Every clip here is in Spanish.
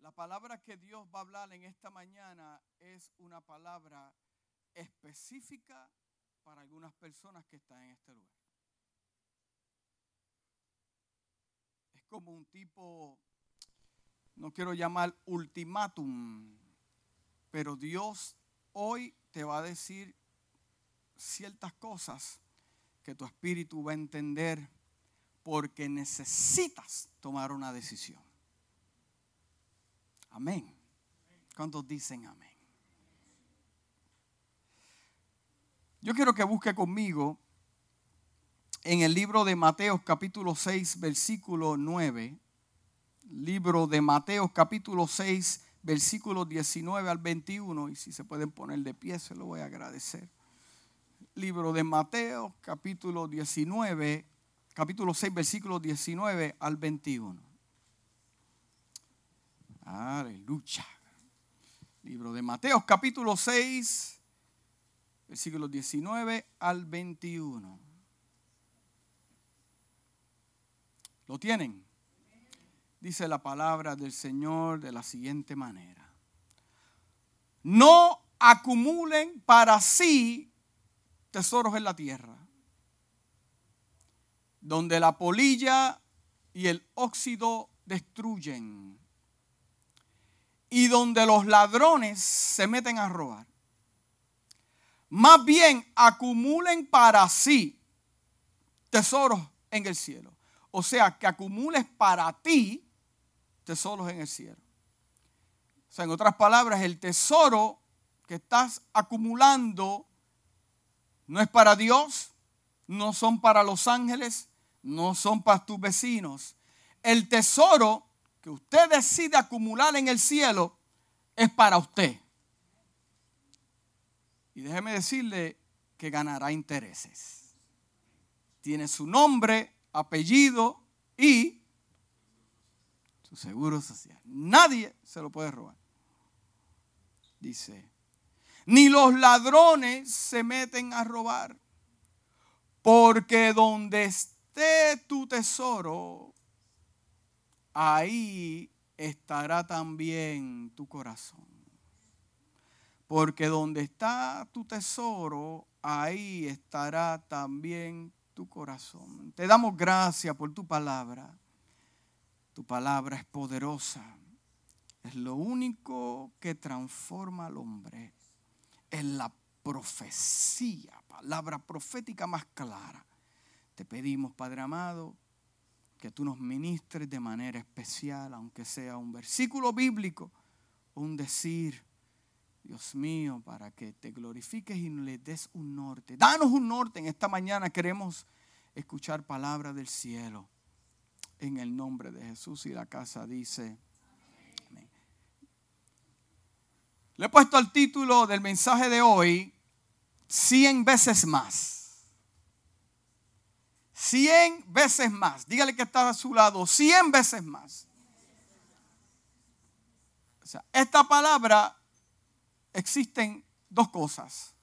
La palabra que Dios va a hablar en esta mañana es una palabra específica para algunas personas que están en este lugar. Es como un tipo, no quiero llamar ultimátum, pero Dios hoy te va a decir ciertas cosas que tu espíritu va a entender porque necesitas tomar una decisión. Amén. ¿Cuántos dicen amén? Yo quiero que busque conmigo en el libro de Mateo capítulo 6 versículo 9. Libro de Mateo capítulo 6 versículos 19 al 21. Y si se pueden poner de pie se lo voy a agradecer. Libro de Mateo capítulo 19, capítulo 6 versículos 19 al 21. Aleluya. Libro de Mateo capítulo 6 versículos 19 al 21. ¿Lo tienen? Dice la palabra del Señor de la siguiente manera. No acumulen para sí tesoros en la tierra, donde la polilla y el óxido destruyen, y donde los ladrones se meten a robar. Más bien acumulen para sí tesoros en el cielo. O sea, que acumules para ti tesoros en el cielo. O sea, en otras palabras, el tesoro que estás acumulando no es para Dios, no son para los ángeles, no son para tus vecinos. El tesoro que usted decide acumular en el cielo es para usted. Y déjeme decirle que ganará intereses. Tiene su nombre, apellido y su seguro social. Nadie se lo puede robar. Dice, ni los ladrones se meten a robar, porque donde esté tu tesoro, ahí estará también tu corazón. Porque donde está tu tesoro, ahí estará también tu corazón. Te damos gracias por tu palabra. Tu palabra es poderosa. Es lo único que transforma al hombre. Es la profecía, palabra profética más clara. Te pedimos, Padre amado, que tú nos ministres de manera especial, aunque sea un versículo bíblico, un decir, Dios mío, para que te glorifiques y le des un norte. Danos un norte en esta mañana. Queremos escuchar palabra del cielo. En el nombre de Jesús. Y la casa dice, amén. Le he puesto al título del mensaje de hoy, 100 veces más. 100 veces más. Dígale que está a su lado, 100 veces más. O sea, esta palabra existen dos cosas.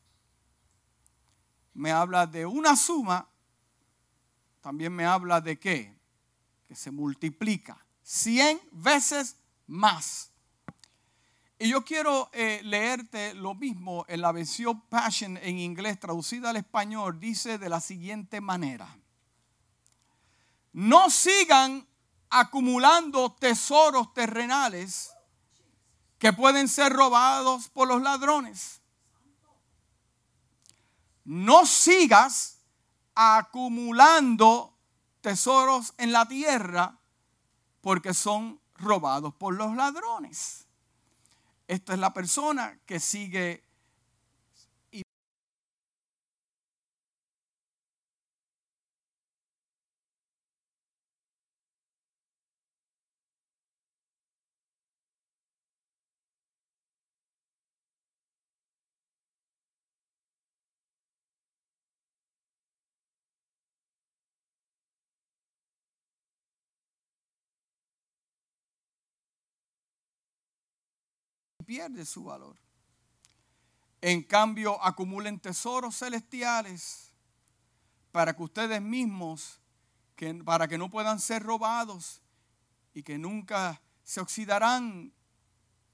Me habla de una suma, también me habla de ¿qué? Que se multiplica 100 veces más. Y yo quiero leerte lo mismo en la versión Passion en inglés, traducida al español, dice de la siguiente manera. No sigan acumulando tesoros terrenales que pueden ser robados por los ladrones. No sigas acumulando tesoros en la tierra porque son robados por los ladrones. Esta es la persona que sigue y pierde su valor. En cambio, acumulen tesoros celestiales para que ustedes mismos, para que no puedan ser robados y que nunca se oxidarán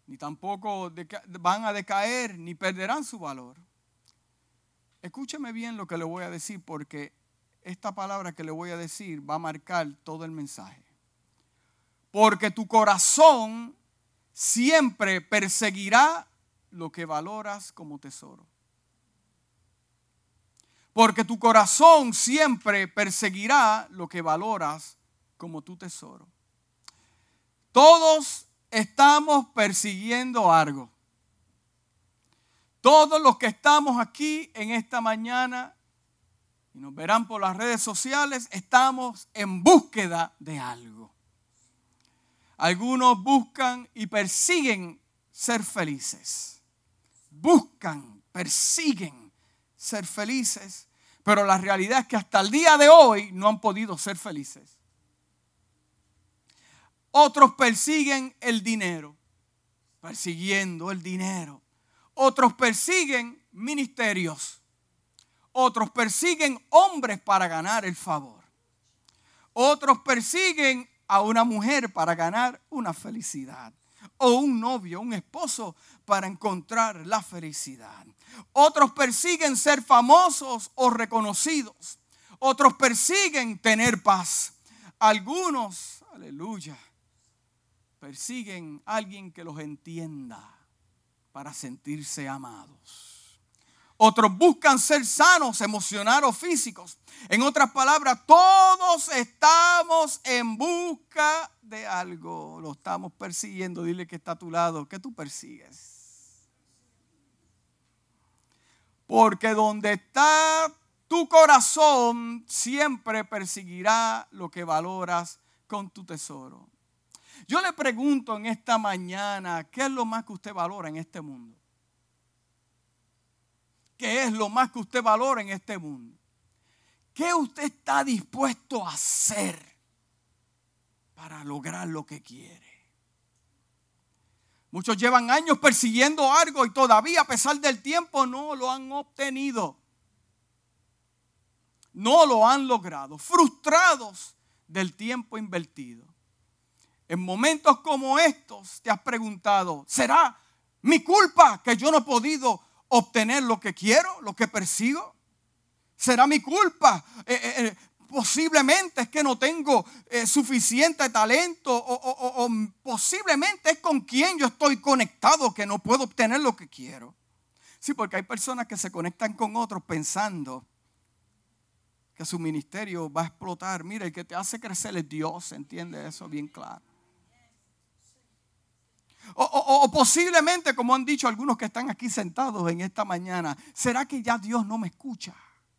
ni tampoco van a decaer, ni perderán su valor. Escúcheme bien lo que le voy a decir, porque esta palabra que le voy a decir va a marcar todo el mensaje. Porque tu corazón siempre perseguirá lo que valoras como tesoro. Porque tu corazón siempre perseguirá lo que valoras como tu tesoro. Todos estamos persiguiendo algo. Todos los que estamos aquí en esta mañana y nos verán por las redes sociales, estamos en búsqueda de algo. Algunos buscan y persiguen ser felices. Buscan, persiguen ser felices, pero la realidad es que hasta el día de hoy no han podido ser felices. Otros persiguen el dinero, persiguiendo el dinero. Otros persiguen ministerios. Otros persiguen hombres para ganar el favor. Otros persiguen a una mujer para ganar una felicidad. O un novio, un esposo para encontrar la felicidad. Otros persiguen ser famosos o reconocidos. Otros persiguen tener paz. Algunos, aleluya, persiguen a alguien que los entienda para sentirse amados. Otros buscan ser sanos, emocionales o físicos. En otras palabras, todos estamos en busca de algo. Lo estamos persiguiendo. Dile que está a tu lado. ¿Qué tú persigues? Porque donde está tu corazón, siempre perseguirá lo que valoras con tu tesoro. Yo le pregunto en esta mañana, ¿qué es lo más que usted valora en este mundo? ¿Qué es lo más que usted valora en este mundo? ¿Qué usted está dispuesto a hacer para lograr lo que quiere? Muchos llevan años persiguiendo algo y todavía, a pesar del tiempo, no lo han obtenido. No lo han logrado. Frustrados del tiempo invertido. En momentos como estos te has preguntado, ¿será mi culpa que yo no he podido obtener lo que quiero, lo que persigo? ¿Será mi culpa? Posiblemente es que no tengo suficiente talento o posiblemente es con quien yo estoy conectado que no puedo obtener lo que quiero. Sí, porque hay personas que se conectan con otros pensando que su ministerio va a explotar. Mira, el que te hace crecer es Dios, ¿entiende eso bien claro? O posiblemente, como han dicho algunos que están aquí sentados en esta mañana, ¿será que ya Dios no me escucha?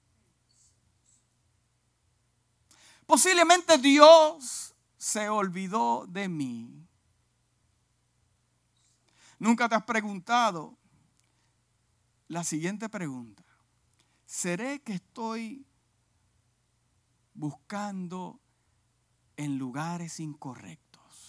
Posiblemente Dios se olvidó de mí. ¿Nunca te has preguntado la siguiente pregunta? ¿Seré que estoy buscando en lugares incorrectos?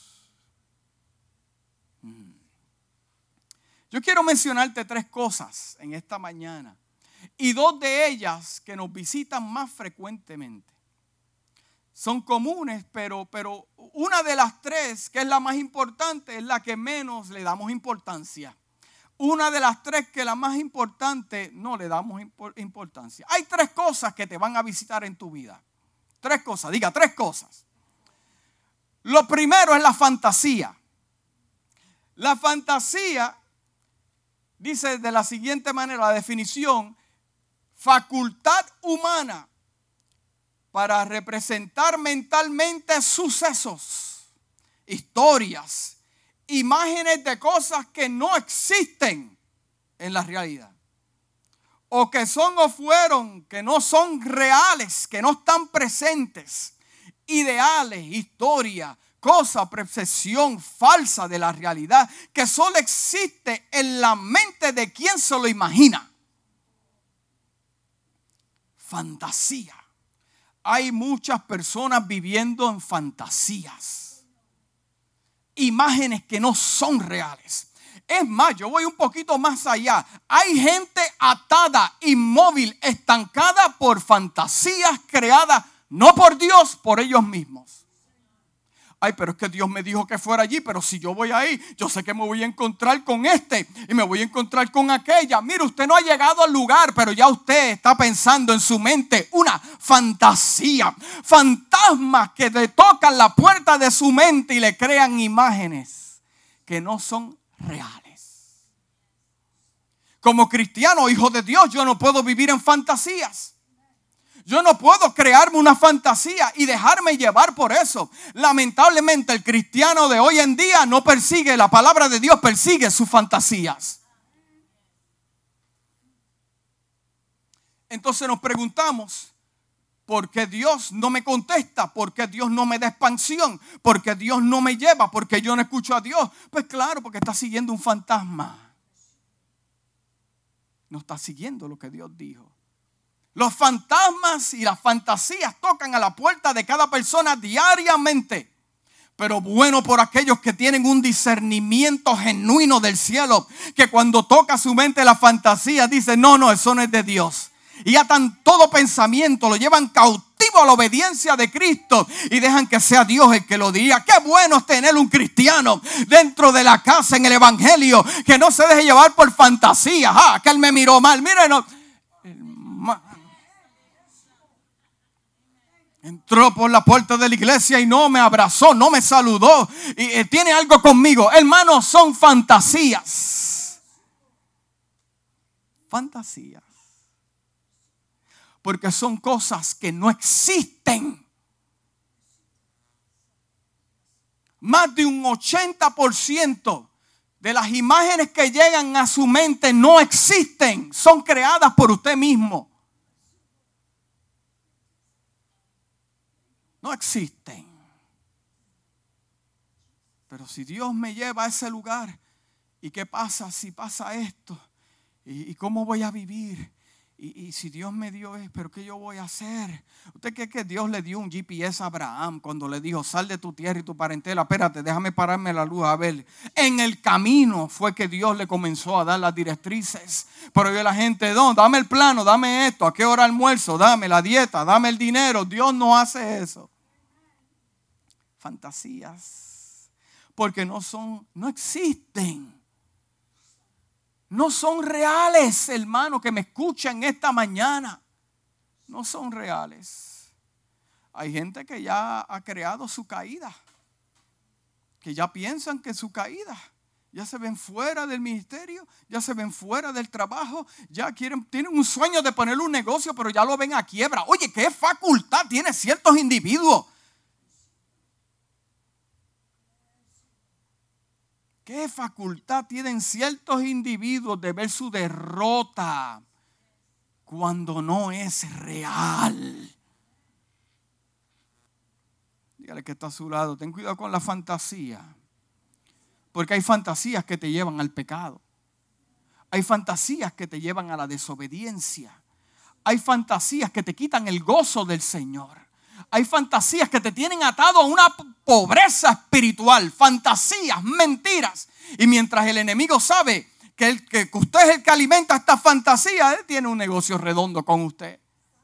Yo quiero mencionarte 3 cosas en esta mañana y 2 de ellas que nos visitan más frecuentemente. Son comunes, pero una de las 3, que es la más importante, es la que menos le damos importancia. Una de las 3 que es la más importante no le damos importancia. Hay 3 cosas que te van a visitar en tu vida. 3 cosas, diga 3 cosas. Lo primero es la fantasía. La fantasía dice de la siguiente manera, la definición: facultad humana para representar mentalmente sucesos, historias, imágenes de cosas que no existen en la realidad. O que son o fueron, que no son reales, que no están presentes. Ideales, historia, cosa, percepción falsa de la realidad que solo existe en la mente de quien se lo imagina. Fantasía. Hay muchas personas viviendo en fantasías. Imágenes que no son reales. Es más, yo voy un poquito más allá. Hay gente atada, inmóvil, estancada por fantasías creadas no por Dios, por ellos mismos. Ay, pero es que Dios me dijo que fuera allí, pero si yo voy ahí, yo sé que me voy a encontrar con este y me voy a encontrar con aquella. Mire, usted no ha llegado al lugar, pero ya usted está pensando en su mente una fantasía. Fantasmas que le tocan la puerta de su mente y le crean imágenes que no son reales. Como cristiano, hijo de Dios, yo no puedo vivir en fantasías. Yo no puedo crearme una fantasía y dejarme llevar por eso. Lamentablemente el cristiano de hoy en día no persigue la palabra de Dios, persigue sus fantasías. Entonces nos preguntamos, ¿por qué Dios no me contesta? ¿Por qué Dios no me da expansión? ¿Por qué Dios no me lleva? ¿Por qué yo no escucho a Dios? Pues claro, porque está siguiendo un fantasma. No está siguiendo lo que Dios dijo. Los fantasmas y las fantasías tocan a la puerta de cada persona diariamente. Pero bueno por aquellos que tienen un discernimiento genuino del cielo, que cuando toca su mente la fantasía dicen, no, eso no es de Dios. Y atan todo pensamiento, lo llevan cautivo a la obediencia de Cristo y dejan que sea Dios el que lo diga. Qué bueno es tener un cristiano dentro de la casa en el evangelio que no se deje llevar por fantasías. Que él me miró mal, miren. Entró por la puerta de la iglesia y no me abrazó, no me saludó. Y tiene algo conmigo. Hermanos, son fantasías. Fantasías. Porque son cosas que no existen. Más de un 80% de las imágenes que llegan a su mente no existen. Son creadas por usted mismo. No existen. Pero si Dios me lleva a ese lugar, ¿y qué pasa si pasa esto? ¿Y cómo voy a vivir? Y si Dios me dio eso, ¿pero qué yo voy a hacer? ¿Usted cree que Dios le dio un GPS a Abraham cuando le dijo, sal de tu tierra y tu parentela? Espérate, déjame pararme la luz a ver. En el camino fue que Dios le comenzó a dar las directrices. Pero yo la gente, no, dame el plano, dame esto, a qué hora almuerzo, dame la dieta, dame el dinero. Dios no hace eso. Fantasías. Porque no existen. No son reales, hermano, que me escuchan esta mañana. No son reales. Hay gente que ya ha creado su caída. Que ya piensan que su caída. Ya se ven fuera del ministerio. Ya se ven fuera del trabajo. Ya tienen un sueño de poner un negocio, pero ya lo ven a quiebra. Oye, ¿qué facultad tienen ciertos individuos? ¿Qué facultad tienen ciertos individuos de ver su derrota cuando no es real? Dígale que está a su lado, ten cuidado con la fantasía. Porque hay fantasías que te llevan al pecado. Hay fantasías que te llevan a la desobediencia. Hay fantasías que te quitan el gozo del Señor. Hay fantasías que te tienen atado a una pobreza espiritual. Fantasías, mentiras. Y mientras el enemigo sabe que usted es el que alimenta esta fantasía, él tiene un negocio redondo con usted.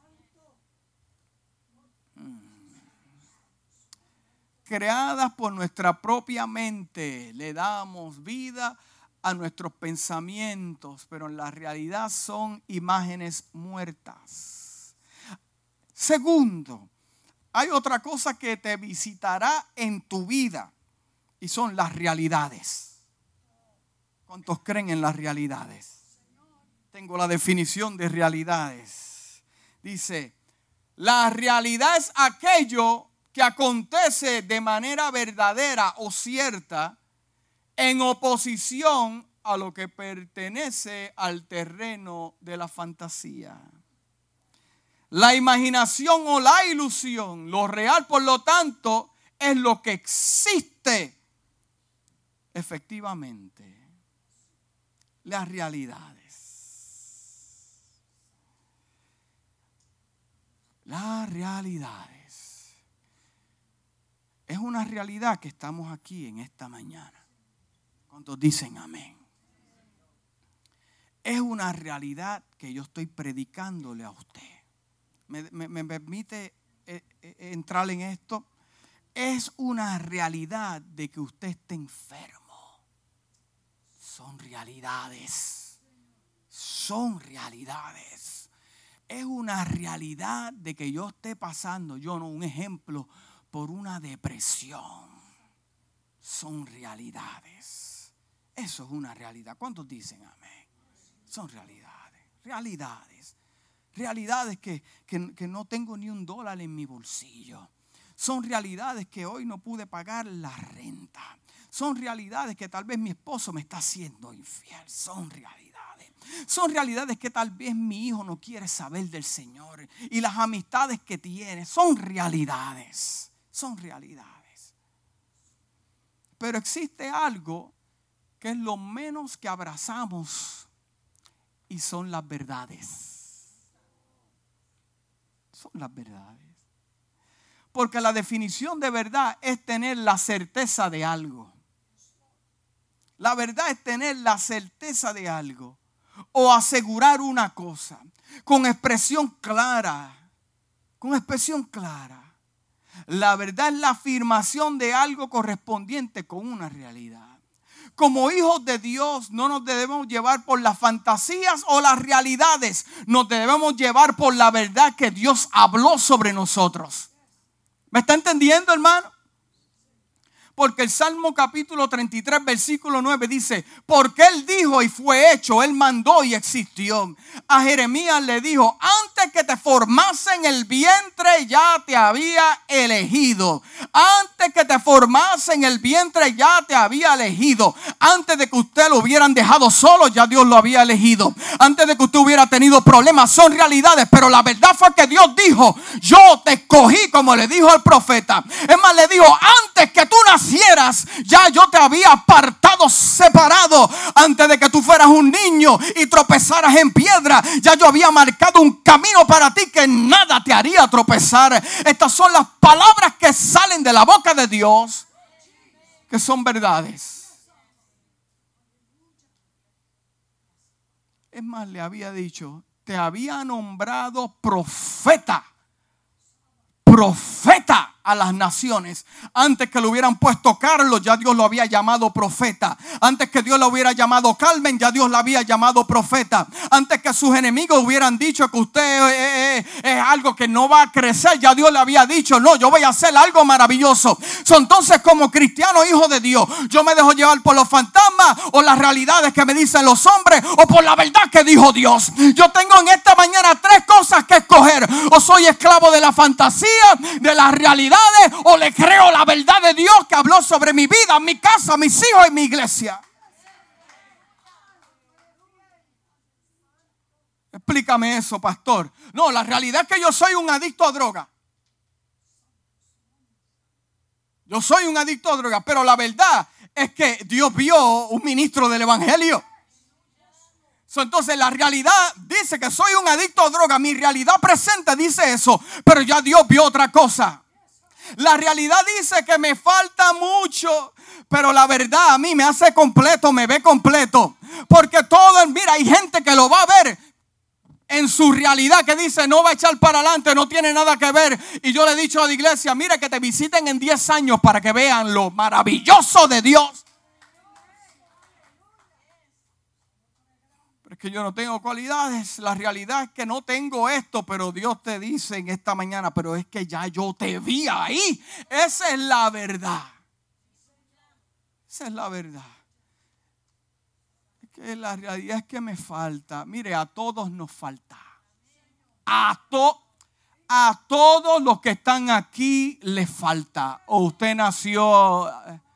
Creadas por nuestra propia mente, le damos vida a nuestros pensamientos, pero en la realidad son imágenes muertas. Segundo, hay otra cosa que te visitará en tu vida y son las realidades. ¿Cuántos creen en las realidades? Tengo la definición de realidades. Dice, la realidad es aquello que acontece de manera verdadera o cierta en oposición a lo que pertenece al terreno de la fantasía. La imaginación o la ilusión, lo real por lo tanto, es lo que existe efectivamente. Las realidades. Las realidades. Es una realidad que estamos aquí en esta mañana. ¿Cuántos dicen amén? Es una realidad que yo estoy predicándole a usted. ¿Me permite entrar en esto? es una realidad de que usted esté enfermo. Son realidades. Son realidades. Es una realidad de que yo esté pasando, yo no, un ejemplo, por una depresión. Son realidades. Eso es una realidad. ¿Cuántos dicen amén? Son realidades. Realidades. Realidades que no tengo ni $1 en mi bolsillo. Son realidades que hoy no pude pagar la renta. Son realidades que tal vez mi esposo me está haciendo infiel. Son realidades. Son realidades que tal vez mi hijo no quiere saber del Señor. Y las amistades que tiene son realidades. Son realidades. Pero existe algo que es lo menos que abrazamos y son las verdades. Son las verdades. Porque la definición de verdad es tener la certeza de algo. La verdad es tener la certeza de algo o asegurar una cosa con expresión clara. Con expresión clara. La verdad es la afirmación de algo correspondiente con una realidad. Como hijos de Dios no nos debemos llevar por las fantasías o las realidades. Nos debemos llevar por la verdad que Dios habló sobre nosotros. ¿Me está entendiendo, hermano? Porque el Salmo capítulo 33 versículo 9 dice: porque Él dijo y fue hecho, Él mandó y existió. A Jeremías le dijo: antes que te formase en el vientre ya te había elegido. Antes que te formase en el vientre ya te había elegido. Antes de que usted lo hubieran dejado solo ya Dios lo había elegido. Antes de que usted hubiera tenido problemas, son realidades. Pero la verdad fue que Dios dijo: yo te escogí, como le dijo al profeta. Es más, le dijo: antes que tú nacieras ya yo te había apartado, separado. Antes de que tú fueras un niño y tropezaras en piedra, ya yo había marcado un camino para ti que nada te haría tropezar. Estas son las palabras que salen de la boca de Dios, que son verdades. Es más, le había dicho: te había nombrado profeta. Profeta a las naciones. Antes que lo hubieran puesto Carlos, ya Dios lo había llamado profeta. Antes que Dios lo hubiera llamado Carmen, ya Dios lo había llamado profeta. Antes que sus enemigos hubieran dicho que usted es algo que no va a crecer, ya Dios le había dicho: no, yo voy a hacer algo maravilloso. Entonces, como cristiano, hijo de Dios, yo me dejo llevar por los fantasmas o las realidades que me dicen los hombres o por la verdad que dijo Dios. Yo tengo en esta mañana 3 cosas que escoger: o soy esclavo de la fantasía, de las realidades, o le creo la verdad de Dios que habló sobre mi vida, mi casa, mis hijos y mi iglesia. Explícame eso, pastor. No, la realidad es que yo soy un adicto a droga. Yo soy un adicto a droga, pero la verdad es que Dios vio un ministro del evangelio. Entonces la realidad dice que soy un adicto a droga. Mi realidad presente dice eso, pero ya Dios vio otra cosa. La realidad dice que me falta mucho, pero la verdad a mí me hace completo, me ve completo. Porque todo, mira, hay gente que lo va a ver en su realidad, que dice: no va a echar para adelante, no tiene nada que ver. Y yo le he dicho a la iglesia: mira, que te visiten en 10 años para que vean lo maravilloso de Dios. Pero es que yo no tengo cualidades. La realidad es que no tengo esto, pero Dios te dice en esta mañana: pero es que ya yo te vi ahí. Esa es la verdad. Esa es la verdad. Es que la realidad es que me falta. Mire, a todos nos falta. A todos los que están aquí les falta. O usted nació,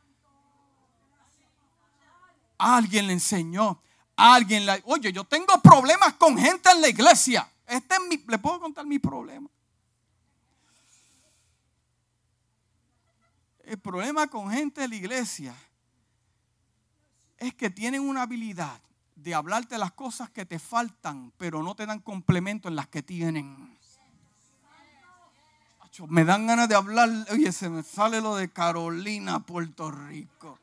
alguien le enseñó. Oye, yo tengo problemas con gente en la iglesia. ¿Le puedo contar mi problema? El problema con gente en la iglesia es que tienen una habilidad de hablarte las cosas que te faltan, pero no te dan complemento en las que tienen. Me dan ganas de hablar. Oye, se me sale lo de Carolina, Puerto Rico.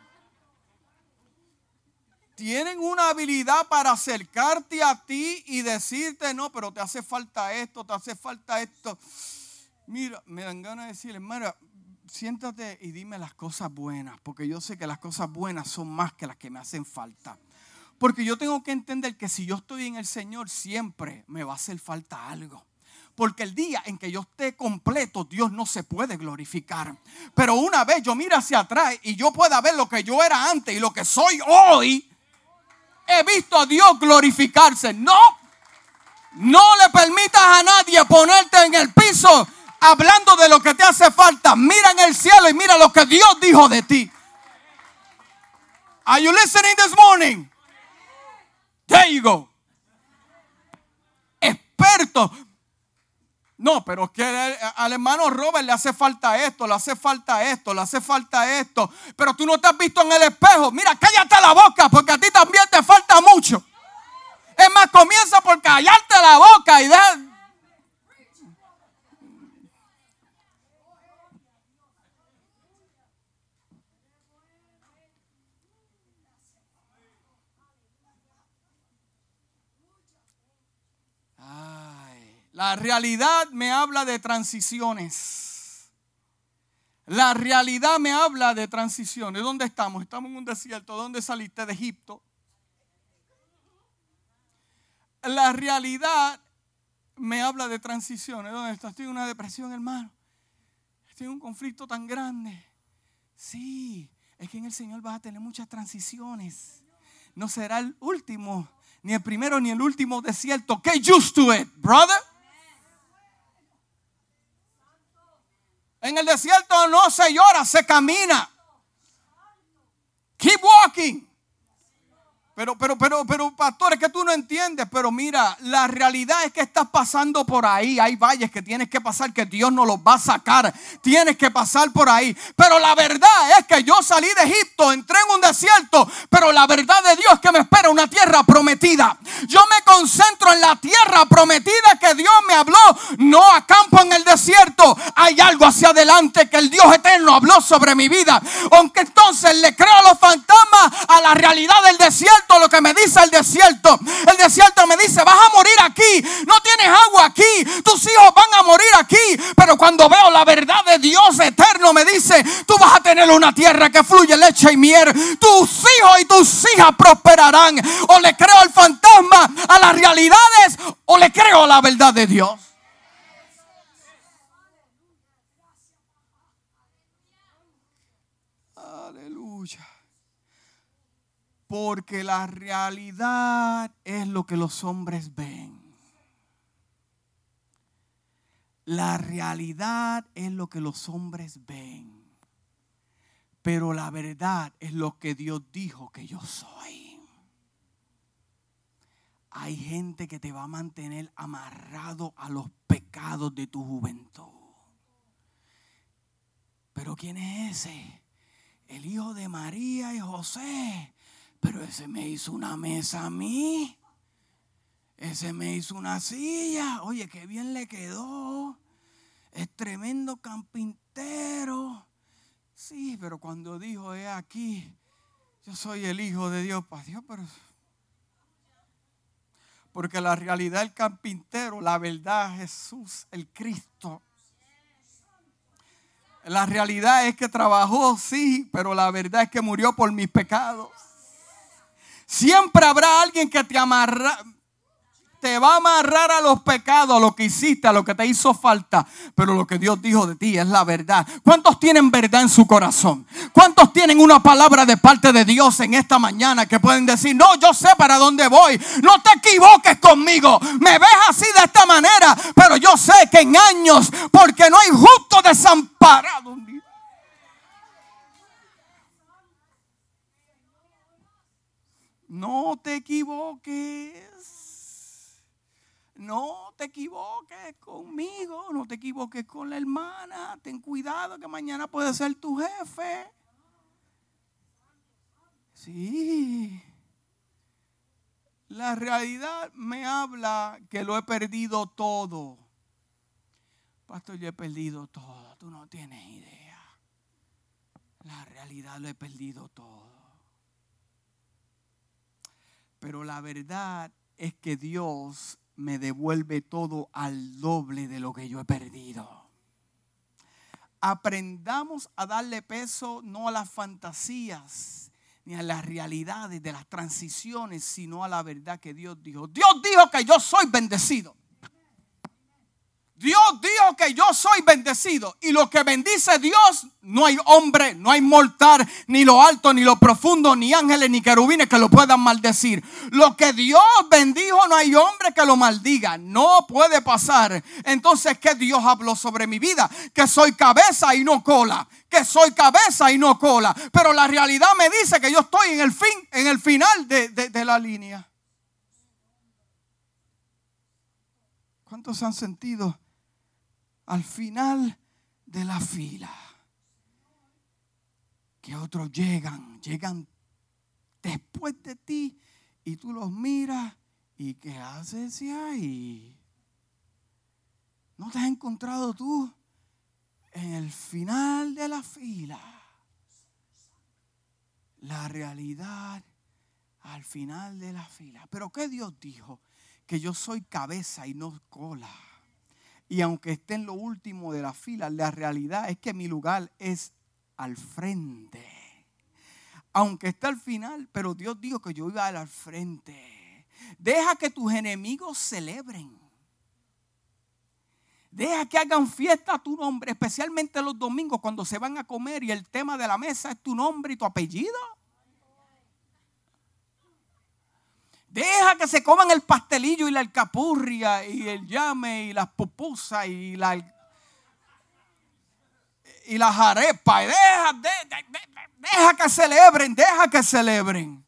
Tienen una habilidad para acercarte a ti y decirte: no, pero te hace falta esto, te hace falta esto. Mira, me dan ganas de decirle: mira, siéntate y dime las cosas buenas, porque yo sé que las cosas buenas son más que las que me hacen falta. Porque yo tengo que entender que si yo estoy en el Señor, siempre me va a hacer falta algo. Porque el día en que yo esté completo, Dios no se puede glorificar. Pero una vez yo miro hacia atrás y yo pueda ver lo que yo era antes y lo que soy hoy, he visto a Dios glorificarse. No le permitas a nadie ponerte en el piso hablando de lo que te hace falta. Mira en el cielo y mira lo que Dios dijo de ti. Are you listening this morning? There you go. Experto. No, pero es que al hermano Robert le hace falta esto, le hace falta esto, le hace falta esto. Pero tú no te has visto en el espejo. Mira, cállate la boca porque a ti también te falta mucho. Es más, comienza por callarte la boca y deja. La realidad me habla de transiciones. La realidad me habla de transiciones. ¿Dónde estamos? Estamos en un desierto. ¿Dónde saliste? De Egipto. La realidad me habla de transiciones. ¿Dónde estás? Estoy en una depresión, hermano. Estoy en un conflicto tan grande. Sí, es que en el Señor vas a tener muchas transiciones. No será el último, ni el primero, ni el último desierto. Get used to it, brother. En el desierto no se llora, se camina. Keep walking. Pero, pastor, es que tú no entiendes. Pero mira, la realidad es que estás pasando por ahí. Hay valles que tienes que pasar, que Dios no los va a sacar. Tienes que pasar por ahí. Pero la verdad es que yo salí de Egipto, entré en un desierto. Pero la verdad de Dios es que me espera una tierra prometida. Yo me concentro en la tierra prometida que Dios me habló. No acampo en el desierto. Hay algo hacia adelante que el Dios eterno habló sobre mi vida. Aunque entonces le creo a los fantasmas, a la realidad del desierto. Lo que me dice el desierto me dice: vas a morir aquí, no tienes agua aquí, tus hijos van a morir aquí. Pero cuando veo la verdad de Dios eterno, me dice: tú vas a tener una tierra que fluye leche y miel, tus hijos y tus hijas prosperarán. O le creo al fantasma, a las realidades, o le creo a la verdad de Dios. Aleluya. Porque la realidad es lo que los hombres ven. La realidad es lo que los hombres ven. Pero la verdad es lo que Dios dijo que yo soy. Hay gente que te va a mantener amarrado a los pecados de tu juventud. Pero ¿quién es ese? El hijo de María y José. Pero ese me hizo una mesa a mí. Ese me hizo una silla. Oye, qué bien le quedó. Es tremendo carpintero. Sí, pero cuando dijo: he aquí, yo soy el Hijo de Dios. Para Dios, pero... Porque la realidad del carpintero, la verdad, Jesús, el Cristo. La realidad es que trabajó, sí, pero la verdad es que murió por mis pecados. Siempre habrá alguien que te va a amarrar a los pecados, a lo que hiciste, a lo que te hizo falta. Pero lo que Dios dijo de ti es la verdad. ¿Cuántos tienen verdad en su corazón? ¿Cuántos tienen una palabra de parte de Dios en esta mañana que pueden decir: no, yo sé para dónde voy, no te equivoques conmigo, me ves así de esta manera, pero yo sé que en años, porque no hay justo desamparado. No te equivoques. No te equivoques conmigo. No te equivoques con la hermana. Ten cuidado que mañana puede ser tu jefe. Sí. La realidad me habla que lo he perdido todo. Pastor, yo he perdido todo. Tú no tienes idea. La realidad lo he perdido todo. Pero la verdad es que Dios me devuelve todo al doble de lo que yo he perdido. aprendamos a darle peso no a las fantasías ni a las realidades de las transiciones, sino a la verdad que Dios dijo. Dios dijo que yo soy bendecido. Dios dijo que yo soy bendecido. Y lo que bendice Dios, no hay hombre, no hay mortal, ni lo alto, ni lo profundo, ni ángeles, ni querubines que lo puedan maldecir. Lo que Dios bendijo, no hay hombre que lo maldiga. No puede pasar. Entonces, ¿qué Dios habló sobre mi vida? Que soy cabeza y no cola. Que soy cabeza y no cola. Pero la realidad me dice que yo estoy en el final de la línea. ¿Cuántos han sentido al final de la fila? Que otros llegan después de ti y tú los miras y ¿qué haces ahí? ¿No te has encontrado tú en el final de la fila? La realidad al final de la fila. ¿Pero qué Dios dijo? Que yo soy cabeza y no cola. Y aunque esté en lo último de la fila, la realidad es que mi lugar es al frente. Aunque esté al final, pero Dios dijo que yo iba al frente. Deja que tus enemigos celebren. Deja que hagan fiesta a tu nombre, especialmente los domingos cuando se van a comer y el tema de la mesa es tu nombre y tu apellido. Deja que se coman el pastelillo y la alcapurria y el llame y las pupusas y las arepas. Deja que celebren, deja que celebren.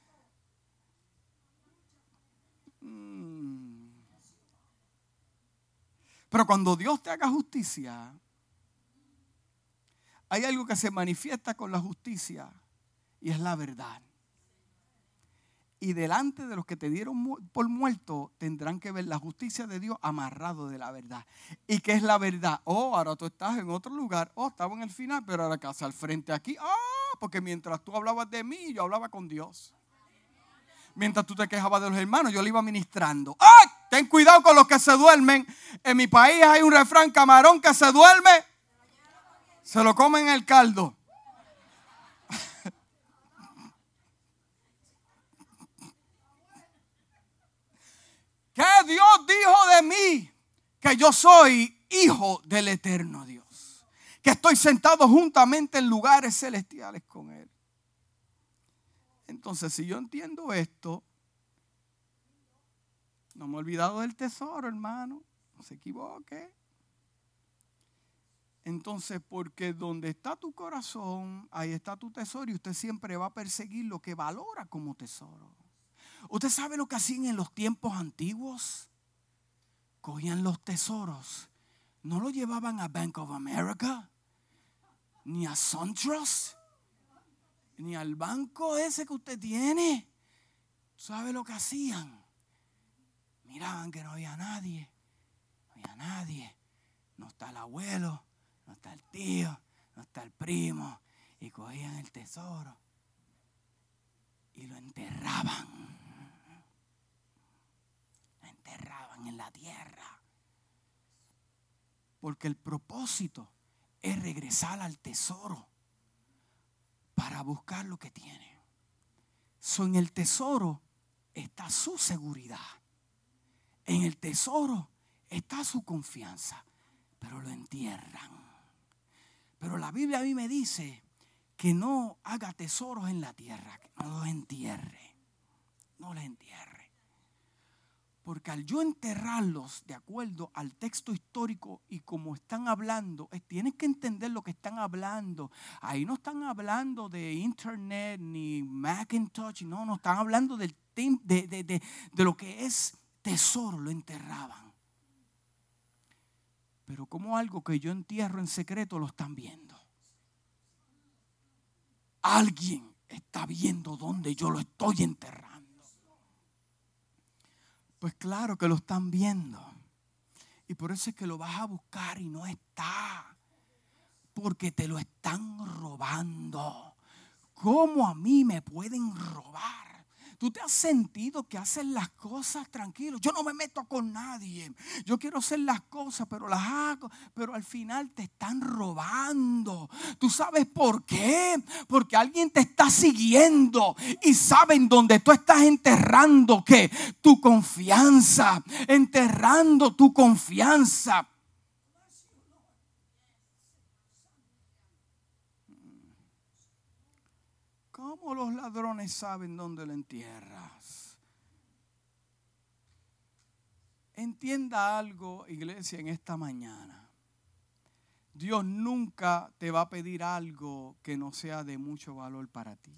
Pero cuando Dios te haga justicia, hay algo que se manifiesta con la justicia y es la verdad. Y delante de los que te dieron por muerto tendrán que ver la justicia de Dios amarrado de la verdad. ¿Y qué es la verdad? Oh, ahora tú estás en otro lugar. Oh, estaba en el final, pero ahora casi al frente aquí. Porque mientras tú hablabas de mí, yo hablaba con Dios. Mientras tú te quejabas de los hermanos, yo le iba ministrando. Ten cuidado con los que se duermen. En mi país hay un refrán: camarón que se duerme, se lo comen en el caldo. ¿Qué Dios dijo de mí? Que yo soy hijo del eterno Dios. Que estoy sentado juntamente en lugares celestiales con Él. Entonces, si yo entiendo esto, no me he olvidado del tesoro, hermano. No se equivoque. Entonces, porque donde está tu corazón, ahí está tu tesoro. Y usted siempre va a perseguir lo que valora como tesoro. ¿Usted sabe lo que hacían en los tiempos antiguos? Cogían los tesoros. No lo llevaban a Bank of America, ni a SunTrust, ni al banco ese que usted tiene. ¿Sabe lo que hacían? Miraban que no había nadie. No había nadie. No está el abuelo, no está el tío, no está el primo. Y cogían el tesoro y lo enterraban. En la tierra. Porque el propósito es regresar al tesoro para buscar lo que tiene. En el tesoro está su seguridad. En el tesoro está su confianza. Pero lo entierran. Pero la Biblia a mí me dice que no haga tesoros en la tierra, que no los entierre. No los entierre. Porque al yo enterrarlos de acuerdo al texto histórico y como están hablando, tienes que entender lo que están hablando. Ahí no están hablando de internet ni Macintosh, no están hablando de lo que es tesoro, lo enterraban. Pero como algo que yo entierro en secreto lo están viendo. Alguien está viendo dónde yo lo estoy enterrando. Pues claro que lo están viendo. Y por eso es que lo vas a buscar y no está. Porque te lo están robando. ¿Cómo a mí me pueden robar? Tú te has sentido que haces las cosas tranquilo. Yo no me meto con nadie. Yo quiero hacer las cosas, pero las hago. Pero al final te están robando. ¿Tú sabes por qué? Porque alguien te está siguiendo y saben dónde tú estás enterrando ¿qué? Tu confianza. Enterrando tu confianza. ¿Cómo los ladrones saben dónde lo entierras? Entienda algo, iglesia, en esta mañana. Dios nunca te va a pedir algo que no sea de mucho valor para ti.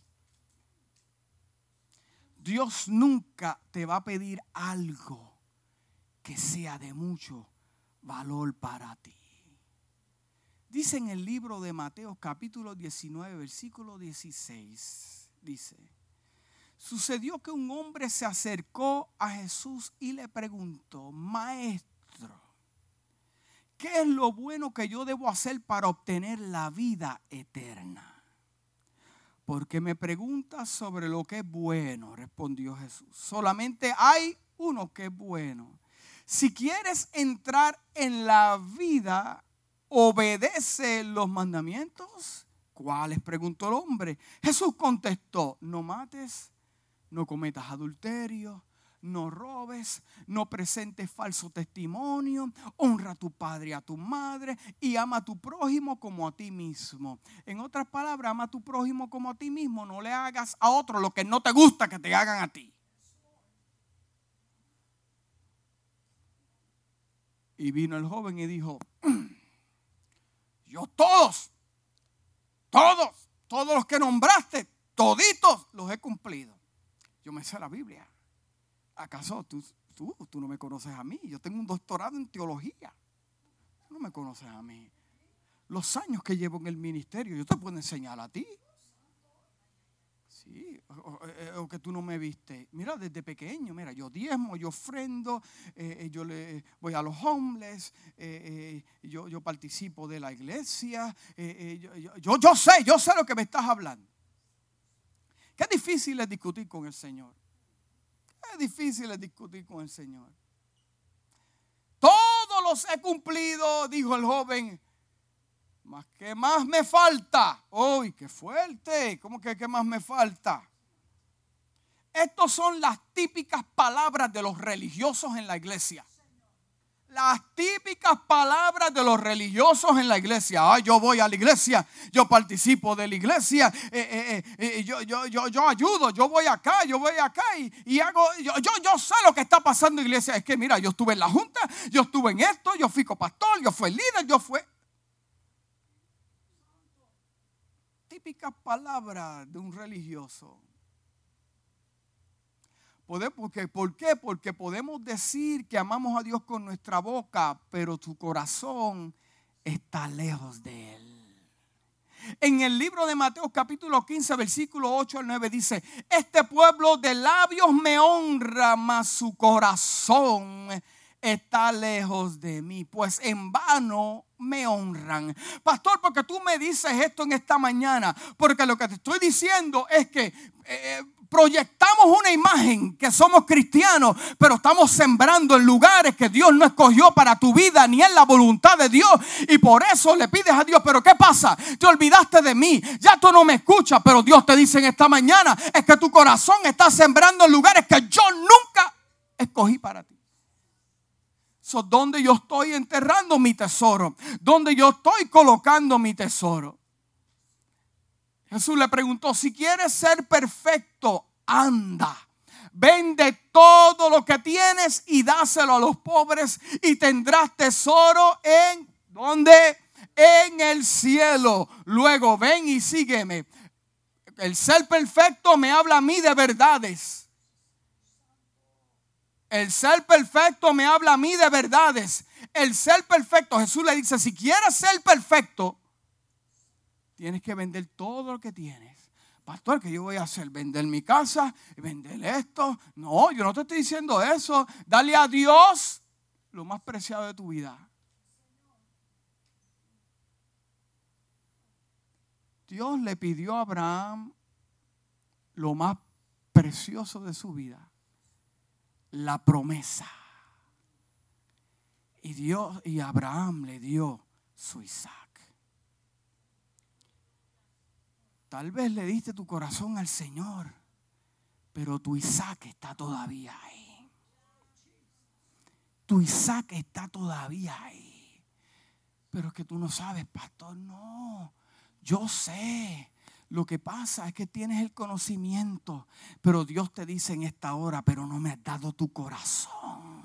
Dios nunca te va a pedir algo que sea de mucho valor para ti. Dice en el libro de Mateo capítulo 19, versículo 16, dice: sucedió que un hombre se acercó a Jesús y le preguntó: Maestro, ¿qué es lo bueno que yo debo hacer para obtener la vida eterna? Porque me preguntas sobre lo que es bueno, respondió Jesús. Solamente hay uno que es bueno. Si quieres entrar en la vida, obedece los mandamientos. ¿Cuáles?, preguntó el hombre. Jesús contestó: no mates, no cometas adulterio, no robes, no presentes falso testimonio, honra a tu padre y a tu madre y ama a tu prójimo como a ti mismo. En otras palabras, ama a tu prójimo como a ti mismo. No le hagas a otro lo que no te gusta que te hagan a ti. Y vino el joven y dijo: yo todos los que nombraste, toditos los he cumplido. Yo me sé la Biblia. ¿Acaso tú no me conoces a mí? Yo tengo un doctorado en teología. Tú no me conoces a mí. Los años que llevo en el ministerio, yo te puedo enseñar a ti. Sí, o que tú no me viste. Mira, desde pequeño, mira, yo diezmo, yo ofrendo, yo le voy a los homeless, yo participo de la iglesia, yo sé lo que me estás hablando. Qué difícil es discutir con el Señor. Qué difícil es discutir con el Señor. Todos los he cumplido, dijo el joven. ¿Qué más me falta? ¡Uy, qué fuerte! ¿Cómo que qué más me falta? Estas son las típicas palabras de los religiosos en la iglesia. Las típicas palabras de los religiosos en la iglesia. Yo voy a la iglesia, yo participo de la iglesia, yo ayudo, yo voy acá y hago, yo sé lo que está pasando en la iglesia. Es que mira, yo estuve en la junta, yo estuve en esto, yo fui copastor, yo fui líder, típicas palabras de un religioso. ¿Por qué? Porque podemos decir que amamos a Dios con nuestra boca, pero tu corazón está lejos de Él. En el libro de Mateo capítulo 15, versículo 8 al 9 dice: este pueblo de labios me honra, mas su corazón está lejos de mí, pues en vano me honran. Pastor, porque tú me dices esto en esta mañana, porque lo que te estoy diciendo es que proyectamos una imagen que somos cristianos, pero estamos sembrando en lugares que Dios no escogió para tu vida, ni en la voluntad de Dios, y por eso le pides a Dios: pero ¿qué pasa? Te olvidaste de mí, ya tú no me escuchas. Pero Dios te dice en esta mañana: es que tu corazón está sembrando en lugares que yo nunca escogí para ti. Donde yo estoy enterrando mi tesoro, donde yo estoy colocando mi tesoro. Jesús le preguntó: si quieres ser perfecto, anda, vende todo lo que tienes y dáselo a los pobres y tendrás tesoro en ¿dónde? En el cielo. Luego ven y sígueme. El ser perfecto me habla a mí de verdades. El ser perfecto me habla a mí de verdades. El ser perfecto, Jesús le dice: si quieres ser perfecto, tienes que vender todo lo que tienes. Pastor, ¿qué yo voy a hacer? ¿Vender mi casa? ¿Vender esto? No, yo no te estoy diciendo eso. Dale a Dios lo más preciado de tu vida. Dios le pidió a Abraham lo más precioso de su vida, la promesa. Y Abraham le dio su Isaac. Tal vez le diste tu corazón al Señor, pero tu Isaac está todavía ahí. Tu Isaac está todavía ahí. Pero es que tú no sabes, pastor. No, yo sé. Lo que pasa es que tienes el conocimiento, pero Dios te dice en esta hora, pero no me has dado tu corazón.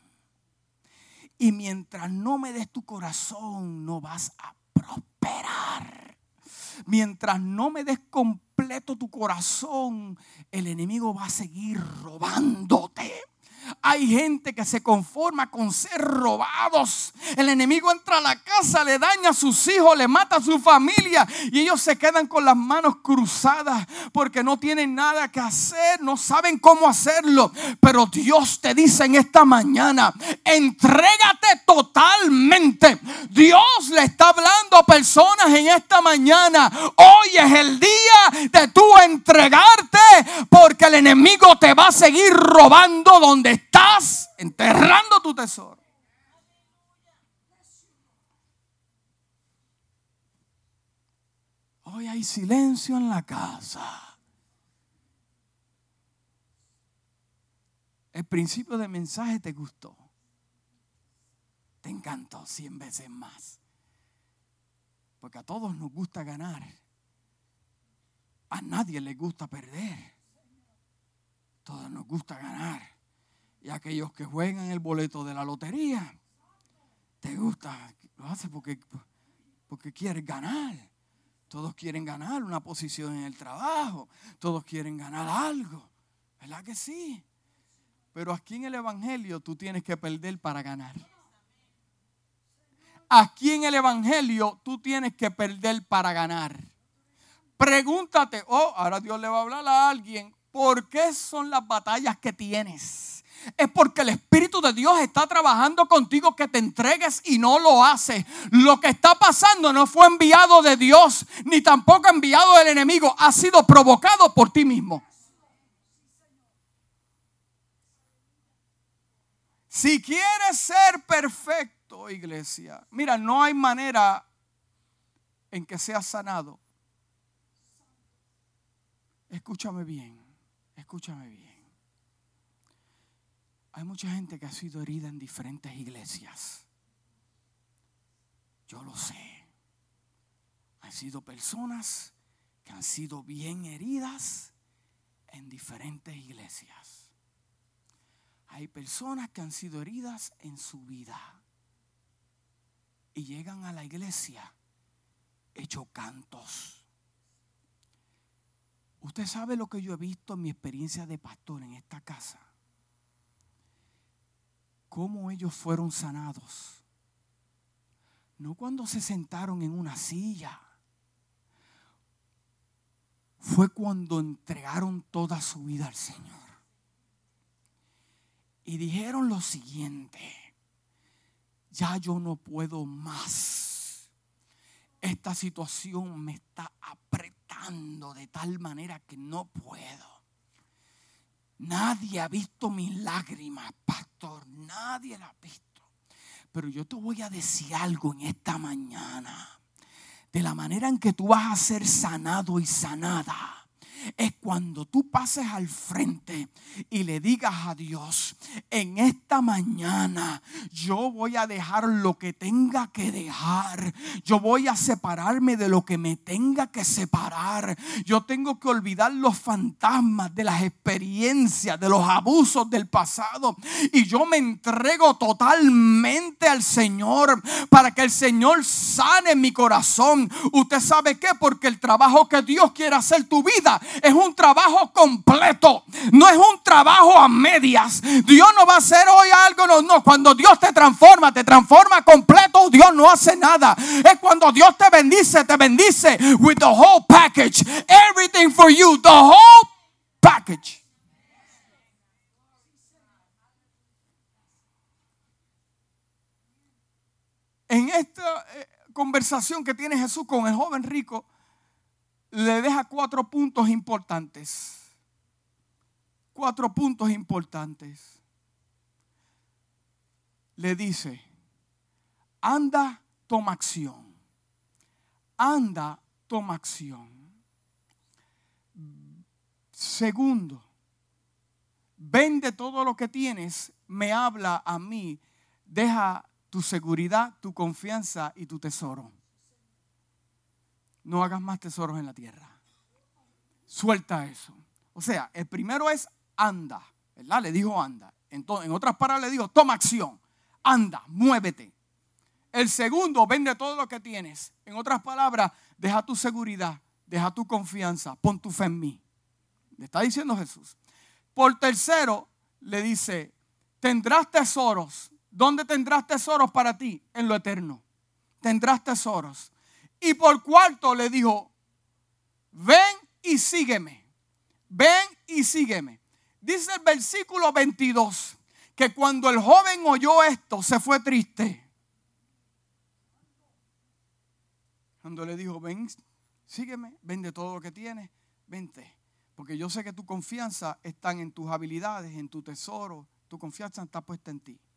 Y mientras no me des tu corazón, no vas a prosperar. Mientras no me des completo tu corazón, el enemigo va a seguir robándote. Hay gente que se conforma con ser robados. El enemigo entra a la casa, le daña a sus hijos, le mata a su familia y ellos se quedan con las manos cruzadas porque no tienen nada que hacer, no saben cómo hacerlo. Pero Dios te dice en esta mañana, entrégate totalmente. Dios le está hablando a personas en esta mañana. Hoy es el día de tú entregarte, porque el enemigo te va a seguir robando donde estás enterrando tu tesoro. Hoy hay silencio en la casa. El principio del mensaje te gustó. Te encantó 100 veces más. Porque a todos nos gusta ganar. A nadie le gusta perder. A todos nos gusta ganar. Y aquellos que juegan el boleto de la lotería, te gusta, lo haces porque quieres ganar. Todos quieren ganar una posición en el trabajo. Todos quieren ganar algo. ¿Verdad que sí? Pero aquí en el evangelio tú tienes que perder para ganar. Aquí en el evangelio tú tienes que perder para ganar. Pregúntate, ahora Dios le va a hablar a alguien, ¿por qué son las batallas que tienes? Es porque el Espíritu de Dios está trabajando contigo que te entregues y no lo haces. Lo que está pasando no fue enviado de Dios, ni tampoco enviado del enemigo. Ha sido provocado por ti mismo. Si quieres ser perfecto, iglesia, mira, no hay manera en que seas sanado. Escúchame bien, escúchame bien. Hay mucha gente que ha sido herida en diferentes iglesias. Yo lo sé. Han sido personas que han sido bien heridas en diferentes iglesias. Hay personas que han sido heridas en su vida y llegan a la iglesia hecho cantos. Usted sabe lo que yo he visto en mi experiencia de pastor en esta casa. Cómo ellos fueron sanados. No cuando se sentaron en una silla. Fue cuando entregaron toda su vida al Señor. Y dijeron lo siguiente: ya yo no puedo más. Esta situación me está apretando de tal manera que no puedo. Nadie ha visto mis lágrimas, pastor. Nadie las ha visto. Pero yo te voy a decir algo en esta mañana. De la manera en que tú vas a ser sanado y sanada, es cuando tú pases al frente y le digas a Dios: en esta mañana yo voy a dejar lo que tenga que dejar. Yo voy a separarme de lo que me tenga que separar. Yo tengo que olvidar los fantasmas de las experiencias, de los abusos del pasado. Y yo me entrego totalmente al Señor para que el Señor sane mi corazón. ¿Usted sabe qué? Porque el trabajo que Dios quiere hacer tu vida es un trabajo completo, no es un trabajo a medias. Dios no va a hacer hoy algo, no. Cuando Dios te transforma completo. Dios no hace nada. Es cuando Dios te bendice with the whole package, everything for you, the whole package. En esta conversación que tiene Jesús con el joven rico, le deja 4 puntos importantes. 4 puntos importantes. Le dice, anda, toma acción. Anda, toma acción. Segundo, vende todo lo que tienes, me habla a mí, deja tu seguridad, tu confianza y tu tesoro. No hagas más tesoros en la tierra. Suelta eso. O sea, el primero es anda, ¿verdad? Le dijo anda. Entonces, en otras palabras le dijo, toma acción, anda, muévete. El segundo, vende todo lo que tienes. En otras palabras, deja tu seguridad, deja tu confianza, pon tu fe en mí. Le está diciendo Jesús. Por tercero, le dice, tendrás tesoros. ¿Dónde tendrás tesoros para ti? En lo eterno. Tendrás tesoros. Y por cuarto le dijo, ven y sígueme. Ven y sígueme. Dice el versículo 22 que cuando el joven oyó esto se fue triste. Cuando le dijo, ven, sígueme, vende todo lo que tienes, vente. Porque yo sé que tu confianza está en tus habilidades, en tu tesoro. Tu confianza está puesta en ti.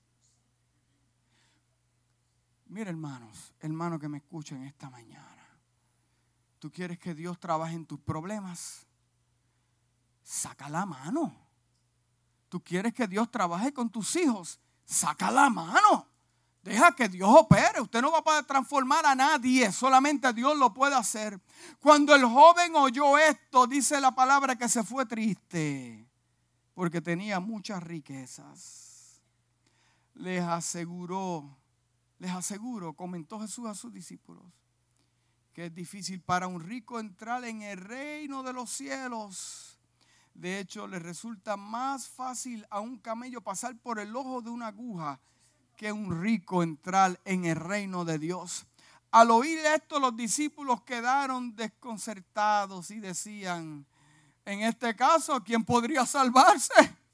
Mira, hermanos que me escuchan esta mañana. ¿Tú quieres que Dios trabaje en tus problemas? Saca la mano. ¿Tú quieres que Dios trabaje con tus hijos? Saca la mano. Deja que Dios opere. Usted no va a poder transformar a nadie. Solamente Dios lo puede hacer. Cuando el joven oyó esto, dice la palabra que se fue triste. Porque tenía muchas riquezas. Les aseguro, comentó Jesús a sus discípulos, que es difícil para un rico entrar en el reino de los cielos. De hecho, le resulta más fácil a un camello pasar por el ojo de una aguja que un rico entrar en el reino de Dios. Al oír esto, los discípulos quedaron desconcertados y decían, en este caso, ¿quién podría salvarse?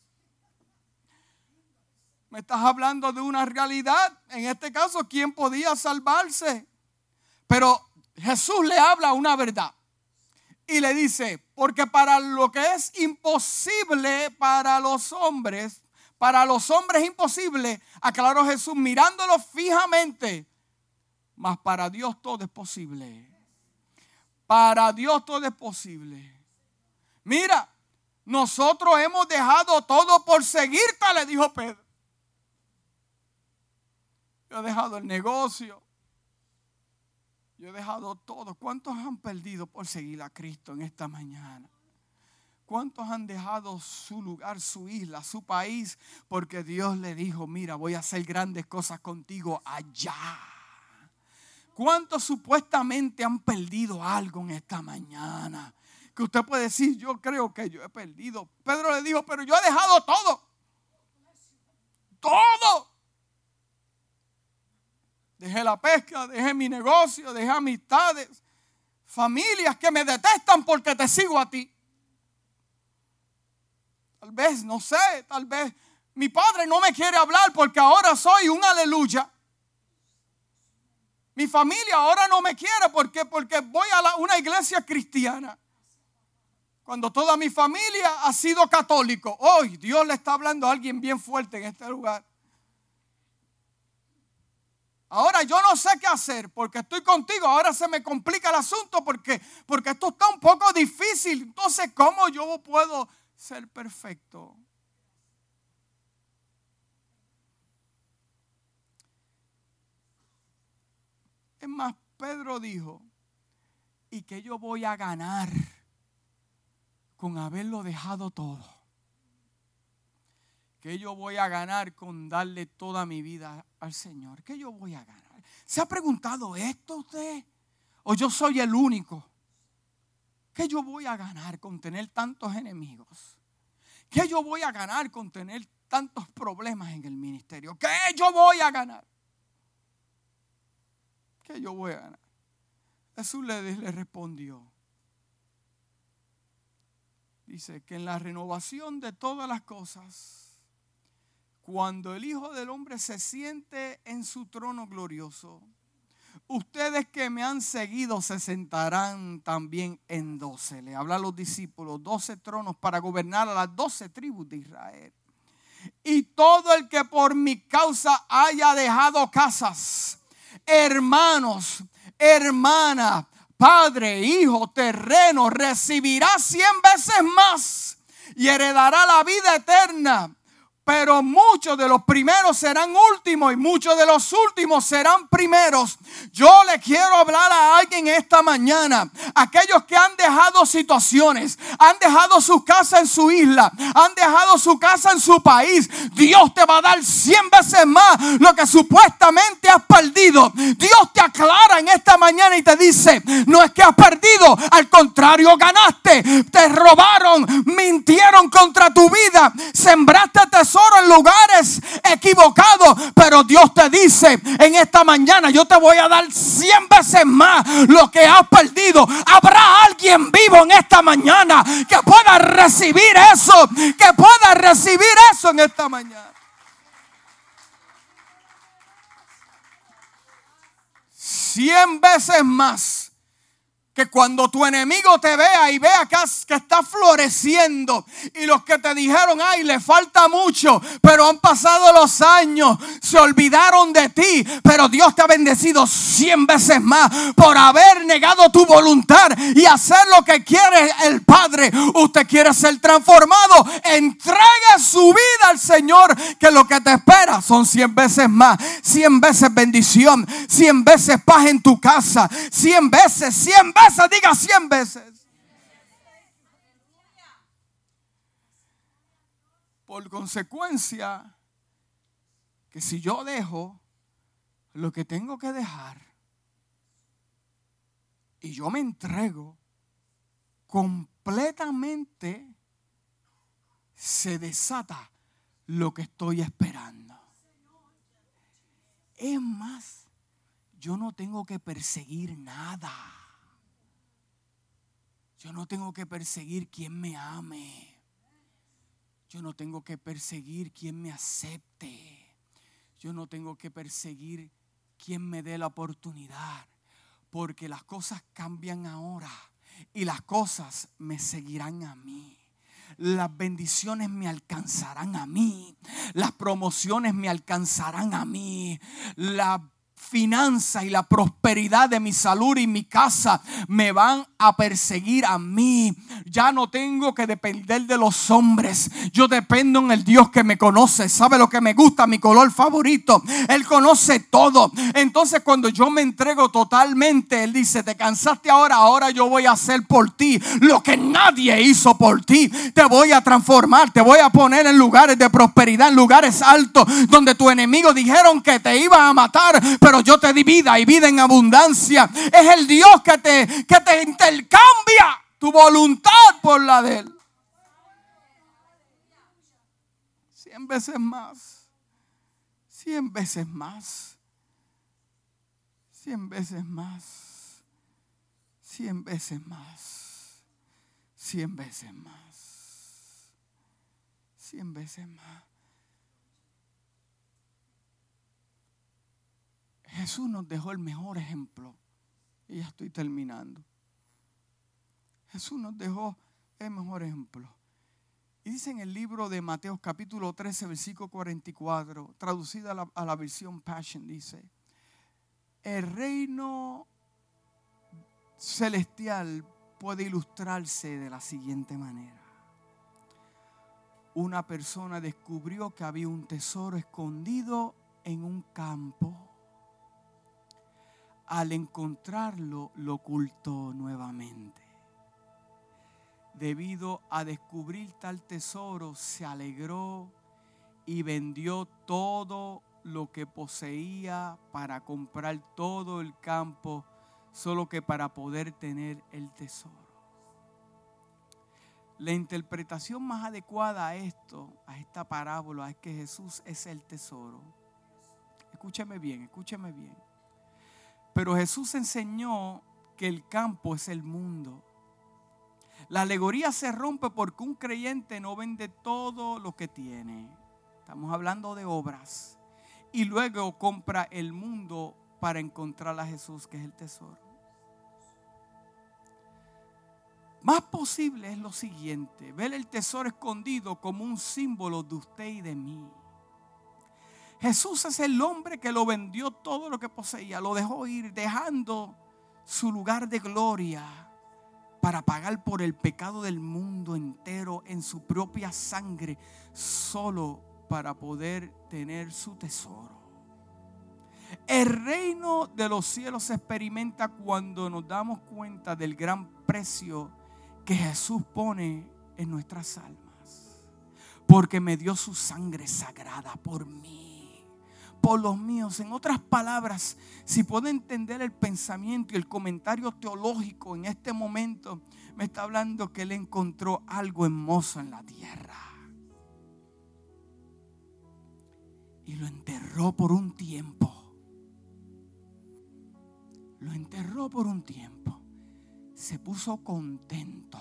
Me estás hablando de una realidad. En este caso, ¿quién podía salvarse? Pero Jesús le habla una verdad. Y le dice, porque para lo que es imposible para los hombres es imposible, aclaró Jesús mirándolo fijamente, mas para Dios todo es posible. Para Dios todo es posible. Mira, nosotros hemos dejado todo por seguirte, le dijo Pedro. Yo he dejado el negocio. Yo he dejado todo. ¿Cuántos han perdido por seguir a Cristo en esta mañana? ¿Cuántos han dejado su lugar, su isla, su país? Porque Dios le dijo, mira, voy a hacer grandes cosas contigo allá. ¿Cuántos supuestamente han perdido algo en esta mañana? Que usted puede decir, yo creo que yo he perdido. Pedro le dijo, pero yo he dejado todo. Todo. Dejé la pesca, dejé mi negocio, dejé amistades, familias que me detestan porque te sigo a ti. Tal vez, no sé, tal vez mi padre no me quiere hablar porque ahora soy un aleluya. Mi familia ahora no me quiere porque voy a una iglesia cristiana. Cuando toda mi familia ha sido católico. Hoy Dios le está hablando a alguien bien fuerte en este lugar. Ahora yo no sé qué hacer porque estoy contigo. Ahora se me complica el asunto porque esto está un poco difícil. Entonces, ¿cómo yo puedo ser perfecto? Es más, Pedro dijo, ¿y qué yo voy a ganar con haberlo dejado todo? ¿Qué yo voy a ganar con darle toda mi vida al Señor? ¿Qué yo voy a ganar? ¿Se ha preguntado esto usted? ¿O yo soy el único? ¿Qué yo voy a ganar con tener tantos enemigos? ¿Qué yo voy a ganar con tener tantos problemas en el ministerio? ¿Qué yo voy a ganar? ¿Qué yo voy a ganar? Jesús le respondió. Dice que en la renovación de todas las cosas, cuando el Hijo del Hombre se siente en su trono glorioso, ustedes que me han seguido se sentarán también en 12. Le habla a los discípulos, 12 tronos para gobernar a las 12 tribus de Israel. Y todo el que por mi causa haya dejado casas, hermanos, hermanas, padre, hijo, terreno, recibirá 100 veces más y heredará la vida eterna. Pero muchos de los primeros serán últimos y muchos de los últimos serán primeros. Yo le quiero hablar a alguien esta mañana. Aquellos que han dejado situaciones, han dejado su casa en su isla, han dejado su casa en su país. Dios te va a dar 100 veces más lo que supuestamente has perdido. Dios te aclara en esta mañana y te dice, no es que has perdido, al contrario ganaste. Te robaron, mintieron contra tu vida, sembraste tesoro en lugares equivocados, pero Dios te dice en esta mañana, yo te voy a dar 100 veces más lo que has perdido. Habrá alguien vivo en esta mañana que pueda recibir eso, en esta mañana. 100 veces más. Que cuando tu enemigo te vea y vea que está floreciendo y los que te dijeron, ay, le falta mucho, pero han pasado los años, se olvidaron de ti, pero Dios te ha bendecido 100 veces más por haber negado tu voluntad y hacer lo que quiere el Padre. Usted quiere ser transformado, entregue su vida al Señor, que lo que te espera son 100 veces más, 100 veces bendición, 100 veces paz en tu casa, 100 veces, diga 100 veces. Por consecuencia, que si yo dejo lo que tengo que dejar y yo me entrego completamente, se desata lo que estoy esperando. Es más, yo no tengo que perseguir nada. Yo no tengo que perseguir quien me ame. Yo no tengo que perseguir quien me acepte. Yo no tengo que perseguir quien me dé la oportunidad. Porque las cosas cambian ahora y las cosas me seguirán a mí. Las bendiciones me alcanzarán a mí. Las promociones me alcanzarán a mí. La finanzas y la prosperidad de mi salud y mi casa me van a perseguir a mí. Ya no tengo que depender de los hombres. Yo dependo en el Dios que me conoce. Sabe lo que me gusta, mi color favorito. Él conoce todo. Entonces cuando yo me entrego totalmente, Él dice, te cansaste ahora yo voy a hacer por ti lo que nadie hizo por ti. Te voy a transformar, te voy a poner en lugares de prosperidad, en lugares altos donde tus enemigos dijeron que te iban a matar, pero yo te di vida y vida en abundancia. Es el Dios que te intercambia tu voluntad por la de Él. 100 veces más. 100 veces más. 100 veces más. 100 veces más. 100 veces más. 100 veces más. Jesús nos dejó el mejor ejemplo. Y ya estoy terminando. Jesús nos dejó el mejor ejemplo. Y dice en el libro de Mateo capítulo 13, versículo 44, traducida a la versión Passion, dice: el reino celestial puede ilustrarse de la siguiente manera. Una persona descubrió que había un tesoro escondido en un campo. Al encontrarlo, lo ocultó nuevamente. Debido a descubrir tal tesoro, se alegró y vendió todo lo que poseía para comprar todo el campo, solo que para poder tener el tesoro. La interpretación más adecuada a esta parábola, es que Jesús es el tesoro. Escúcheme bien. Pero Jesús enseñó que el campo es el mundo. La alegoría se rompe porque un creyente no vende todo lo que tiene. Estamos hablando de obras. Y luego compra el mundo para encontrar a Jesús, que es el tesoro. Más posible es lo siguiente: ver el tesoro escondido como un símbolo de usted y de mí. Jesús es el hombre que lo vendió todo lo que poseía, lo dejó ir, dejando su lugar de gloria para pagar por el pecado del mundo entero en su propia sangre, solo para poder tener su tesoro. El reino de los cielos se experimenta cuando nos damos cuenta del gran precio que Jesús pone en nuestras almas, porque me dio su sangre sagrada por mí, por los míos. En otras palabras, si puedo entender el pensamiento y el comentario teológico en este momento, me está hablando que Él encontró algo hermoso en la tierra y lo enterró por un tiempo. Lo enterró por un tiempo. Se puso contento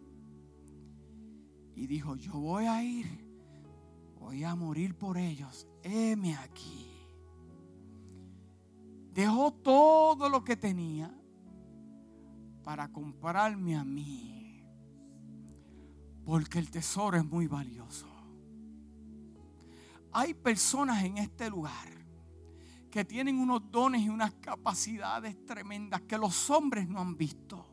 y dijo: yo voy a ir, voy a morir por ellos. Heme aquí. Dejó todo lo que tenía para comprarme a mí, porque el tesoro es muy valioso. Hay personas en este lugar que tienen unos dones y unas capacidades tremendas que los hombres no han visto.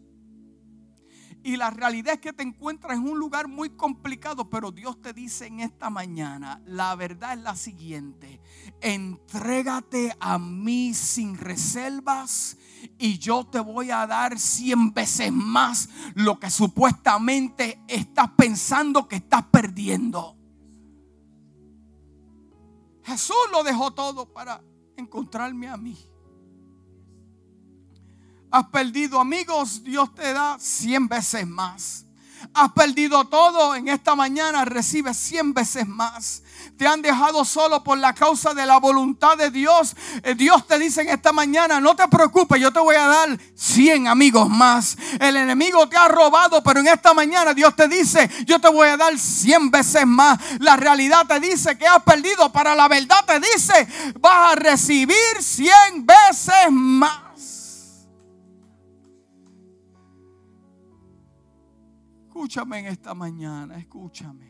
Y la realidad es que te encuentras en un lugar muy complicado, pero Dios te dice en esta mañana, la verdad es la siguiente: entrégate a mí sin reservas y yo te voy a dar 100 veces más lo que supuestamente estás pensando que estás perdiendo. Jesús lo dejó todo para encontrarme a mí. Has perdido amigos, Dios te da 100 veces más. Has perdido todo, en esta mañana recibes 100 veces más. Te han dejado solo por la causa de la voluntad de Dios. Dios te dice en esta mañana: no te preocupes, yo te voy a dar 100 amigos más. El enemigo te ha robado, pero en esta mañana Dios te dice: yo te voy a dar 100 veces más. La realidad te dice que has perdido, para la verdad te dice: vas a recibir 100 veces más. Escúchame en esta mañana, escúchame.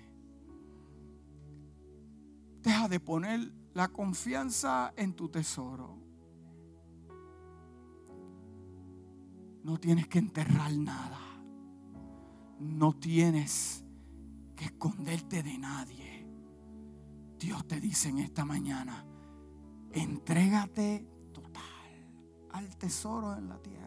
Deja de poner la confianza en tu tesoro. No tienes que enterrar nada. No tienes que esconderte de nadie. Dios te dice en esta mañana: entrégate total al tesoro en la tierra.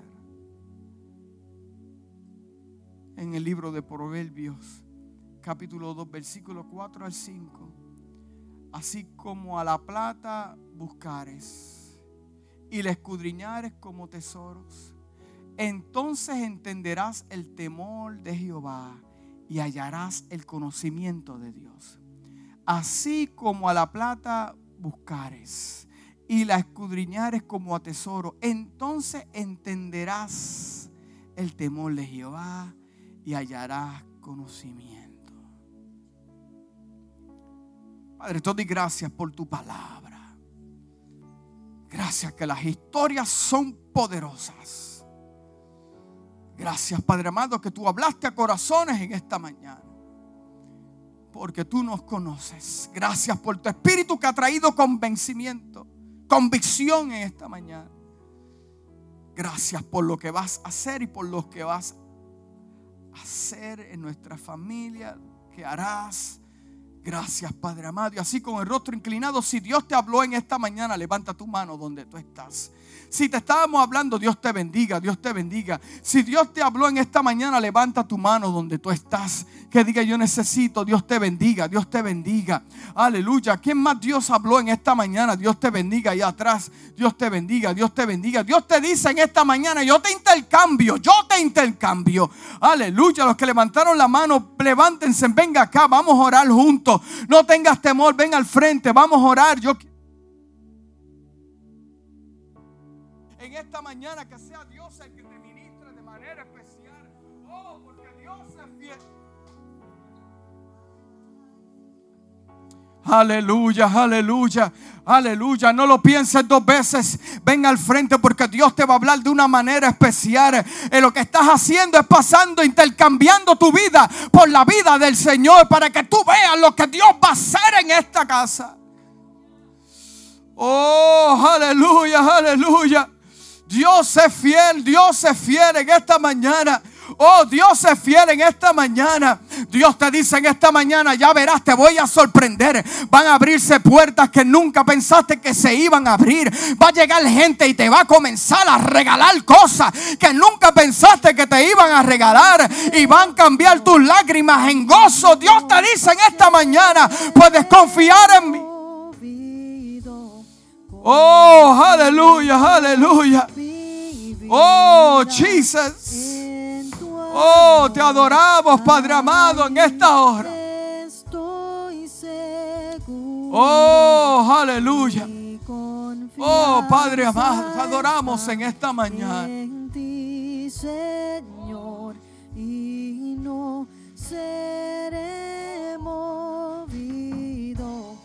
En el libro de Proverbios, capítulo 2, versículo 4 al 5. Así como a la plata buscares y la escudriñares como tesoros, entonces entenderás el temor de Jehová y hallarás el conocimiento de Dios. Así como a la plata buscares y la escudriñares como a tesoro, entonces entenderás el temor de Jehová y hallarás conocimiento. Padre, te doy gracias por tu palabra. Gracias que las historias son poderosas. Gracias, Padre amado, que tú hablaste a corazones en esta mañana, porque tú nos conoces. Gracias por tu espíritu que ha traído convencimiento, convicción en esta mañana. Gracias por lo que vas a hacer y por lo que vas a hacer en nuestra familia, que harás. Gracias, Padre amado. Y así con el rostro inclinado, si Dios te habló en esta mañana, levanta tu mano donde tú estás. Si te estábamos hablando, Dios te bendiga, Dios te bendiga. Si Dios te habló en esta mañana, levanta tu mano donde tú estás. Que diga: yo necesito. Dios te bendiga, Dios te bendiga. Aleluya. ¿Quién más Dios habló en esta mañana? Dios te bendiga. Allá atrás, Dios te bendiga, Dios te bendiga. Dios te dice en esta mañana: yo te intercambio. Aleluya. Los que levantaron la mano, levántense, venga acá, vamos a orar juntos. No tengas temor, ven al frente, vamos a orar. En esta mañana que sea Dios el que te ministre de manera especial. Oh, porque Dios es fiel. Aleluya, aleluya, aleluya. No lo pienses dos veces. Ven al frente porque Dios te va a hablar de una manera especial. Lo que estás haciendo es pasando, intercambiando tu vida por la vida del Señor, para que tú veas lo que Dios va a hacer en esta casa. Oh, aleluya, aleluya. Dios es fiel en esta mañana. Oh, Dios es fiel en esta mañana. Dios te dice en esta mañana: ya verás, te voy a sorprender. Van a abrirse puertas que nunca pensaste que se iban a abrir. Va a llegar gente y te va a comenzar a regalar cosas que nunca pensaste que te iban a regalar. Y van a cambiar tus lágrimas en gozo. Dios te dice en esta mañana: puedes confiar en mí. Oh, aleluya, aleluya. Oh, Jesus. Oh, te adoramos, Padre amado, en esta hora. Oh, aleluya. Oh, Padre amado, te adoramos en esta mañana. Señor, y no seré movido.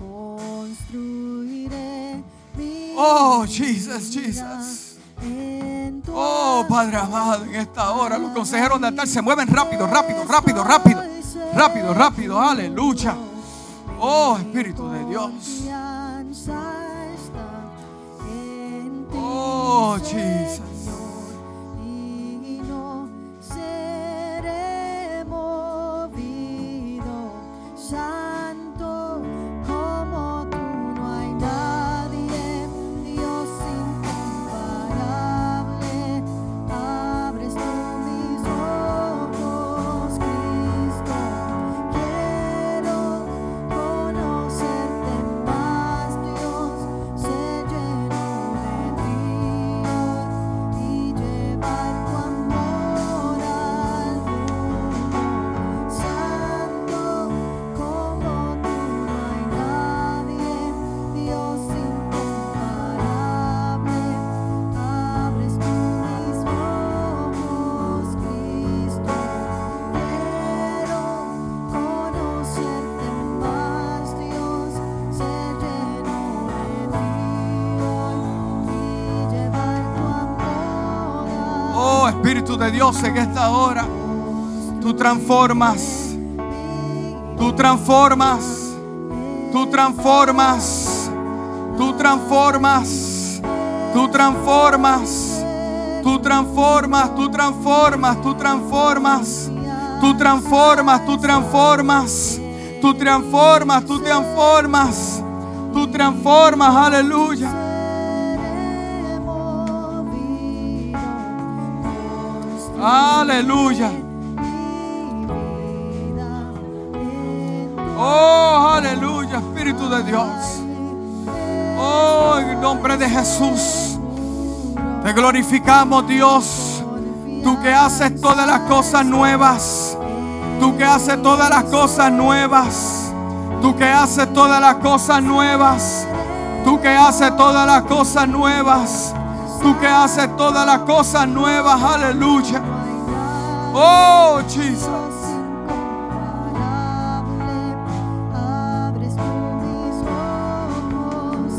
Construiré mi Oh, Jesus, Jesus. Oh, Padre amado, en esta hora los consejeros de altar se mueven rápido, rápido, rápido, rápido, rápido, rápido, aleluya. Oh, Espíritu de Dios. Oh, Jesus. Y no seré movido. Santo como tú, no hay nadie, Dios incomparable. Abres tú mis ojos, Cristo. Quiero conocerte más, Dios. Se llenó de ti y llevar tu amor al mundo. Santo como tú, no hay nadie, Dios incomparable. Abres tú mis ojos, Cristo. Quiero conocerte más, Dios. Se llenó de ti hoy y llevar tu amor al Oh, Espíritu de Dios, en esta hora tú transformas, tú transformas, tú transformas, tú transformas, tú transformas, tú transformas, tú transformas, tú transformas, tú transformas, tú transformas, tú transformas, tú transformas, tú transformas, aleluya. Aleluya. Oh, aleluya, Espíritu de Dios. Oh, en el nombre de Jesús te glorificamos, Dios. Tú que haces todas las cosas nuevas. Tú que haces todas las cosas nuevas. Tú que haces todas las cosas nuevas. Tú que haces todas las cosas nuevas. Tú que haces todas las cosas nuevas. Aleluya. Oh, Jesus. Abres tú mis ojos,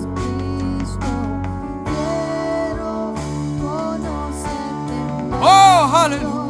Cristo. Quiero conocerte más. Oh, aleluya.